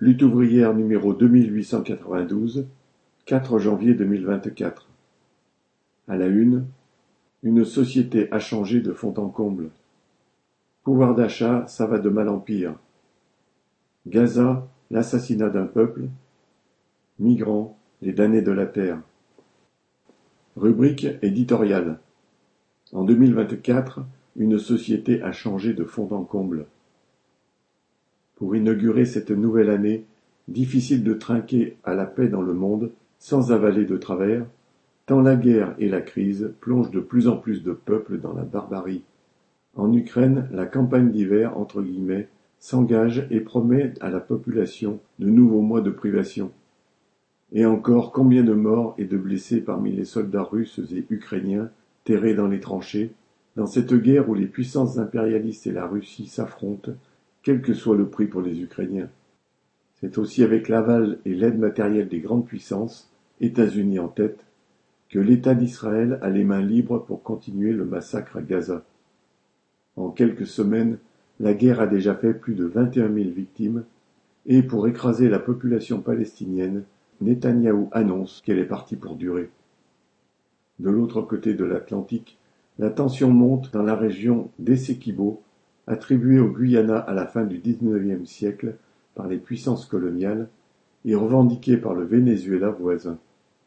Lutte ouvrière numéro 2892, 4 janvier 2024. À la une, une société a changé de fond en comble. Pouvoir d'achat, ça va de mal en pire. Gaza, l'assassinat d'un peuple. Migrants, les damnés de la terre. Rubrique éditoriale. En 2024, une société a changé de fond en comble. Pour inaugurer cette nouvelle année, difficile de trinquer à la paix dans le monde sans avaler de travers, tant la guerre et la crise plongent de plus en plus de peuples dans la barbarie. En Ukraine, la campagne d'hiver, entre guillemets, s'engage et promet à la population de nouveaux mois de privation. Et encore, combien de morts et de blessés parmi les soldats russes et ukrainiens terrés dans les tranchées, dans cette guerre où les puissances impérialistes et la Russie s'affrontent, quel que soit le prix pour les Ukrainiens. C'est aussi avec l'aval et l'aide matérielle des grandes puissances, États-Unis en tête, que l'État d'Israël a les mains libres pour continuer le massacre à Gaza. En quelques semaines, la guerre a déjà fait plus de 21 000 victimes, et pour écraser la population palestinienne, Netanyahou annonce qu'elle est partie pour durer. De l'autre côté de l'Atlantique, la tension monte dans la région d'Essequibo, attribuée au Guyana à la fin du XIXe siècle par les puissances coloniales et revendiquée par le Venezuela voisin.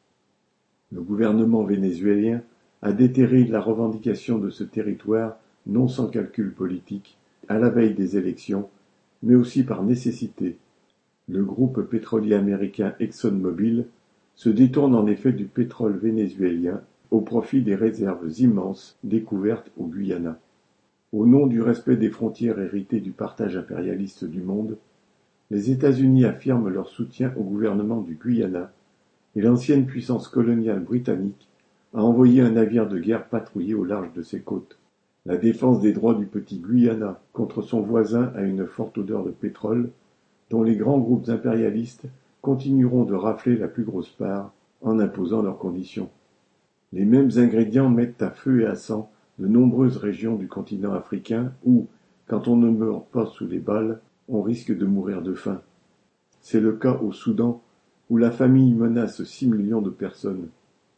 Le gouvernement vénézuélien a déterré la revendication de ce territoire non sans calcul politique, à la veille des élections, mais aussi par nécessité. Le groupe pétrolier américain ExxonMobil se détourne en effet du pétrole vénézuélien au profit des réserves immenses découvertes au Guyana. Au nom du respect des frontières héritées du partage impérialiste du monde, les États-Unis affirment leur soutien au gouvernement du Guyana et l'ancienne puissance coloniale britannique a envoyé un navire de guerre patrouiller au large de ses côtes. La défense des droits du petit Guyana contre son voisin a une forte odeur de pétrole, dont les grands groupes impérialistes continueront de rafler la plus grosse part en imposant leurs conditions. Les mêmes ingrédients mettent à feu et à sang de nombreuses régions du continent africain où, quand on ne meurt pas sous les balles, on risque de mourir de faim. C'est le cas au Soudan, où la famine menace 6 millions de personnes.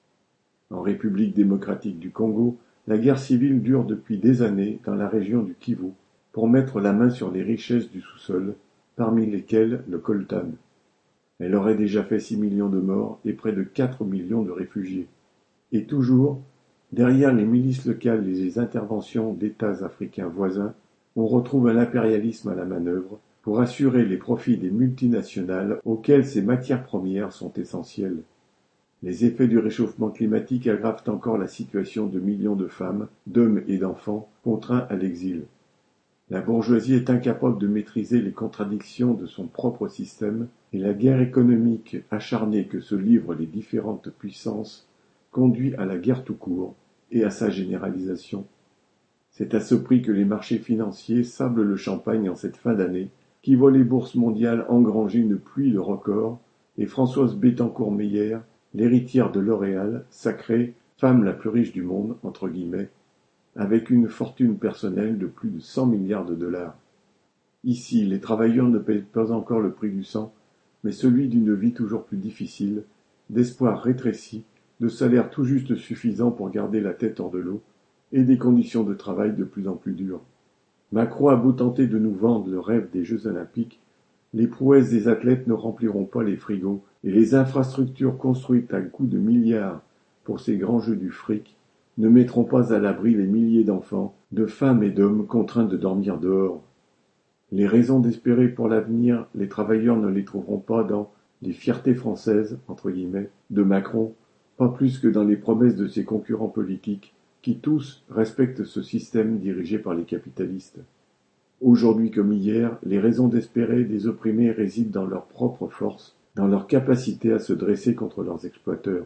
En République démocratique du Congo, la guerre civile dure depuis des années dans la région du Kivu pour mettre la main sur les richesses du sous-sol, parmi lesquelles le coltan. Elle aurait déjà fait 6 millions de morts et près de 4 millions de réfugiés. Et toujours, derrière les milices locales et les interventions d'États africains voisins, on retrouve un impérialisme à la manœuvre pour assurer les profits des multinationales auxquelles ces matières premières sont essentielles. Les effets du réchauffement climatique aggravent encore la situation de millions de femmes, d'hommes et d'enfants contraints à l'exil. La bourgeoisie est incapable de maîtriser les contradictions de son propre système et la guerre économique acharnée que se livrent les différentes puissances conduit à la guerre tout court et à sa généralisation. C'est à ce prix que les marchés financiers sablent le champagne en cette fin d'année, qui voit les bourses mondiales engranger une pluie de records, et Françoise Bettencourt-Meyer, l'héritière de L'Oréal, sacrée « femme la plus riche du monde », entre guillemets, avec une fortune personnelle de plus de 100 milliards de dollars. Ici, les travailleurs ne paient pas encore le prix du sang, mais celui d'une vie toujours plus difficile, d'espoirs rétrécis, de salaires tout juste suffisants pour garder la tête hors de l'eau, et des conditions de travail de plus en plus dures. Macron a beau tenter de nous vendre le rêve des Jeux Olympiques, les prouesses des athlètes ne rempliront pas les frigos, et les infrastructures construites à coups de milliards pour ces grands jeux du fric ne mettront pas à l'abri les milliers d'enfants, de femmes et d'hommes contraints de dormir dehors. Les raisons d'espérer pour l'avenir, les travailleurs ne les trouveront pas dans les fiertés françaises, entre guillemets, de Macron, pas plus que dans les promesses de ses concurrents politiques, qui tous respectent ce système dirigé par les capitalistes. Aujourd'hui comme hier, les raisons d'espérer des opprimés résident dans leur propre force, dans leur capacité à se dresser contre leurs exploiteurs.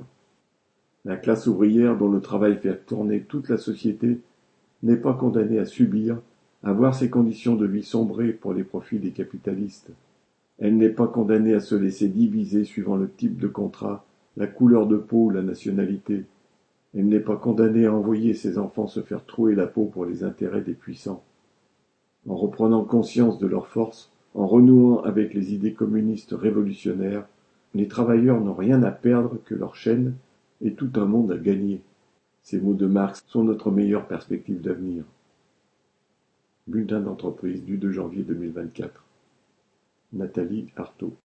La classe ouvrière dont le travail fait tourner toute la société n'est pas condamnée à subir, à voir ses conditions de vie sombrer pour les profits des capitalistes. Elle n'est pas condamnée à se laisser diviser suivant le type de contrat, la couleur de peau ou la nationalité. Elle n'est pas condamnée à envoyer ses enfants se faire trouer la peau pour les intérêts des puissants. En reprenant conscience de leur force, En renouant avec les idées communistes révolutionnaires, les travailleurs n'ont rien à perdre que leur chaîne et tout un monde à gagner. Ces mots de Marx sont notre meilleure perspective d'avenir. Bulletin d'entreprise du 2 janvier 2024. Nathalie Arthaud.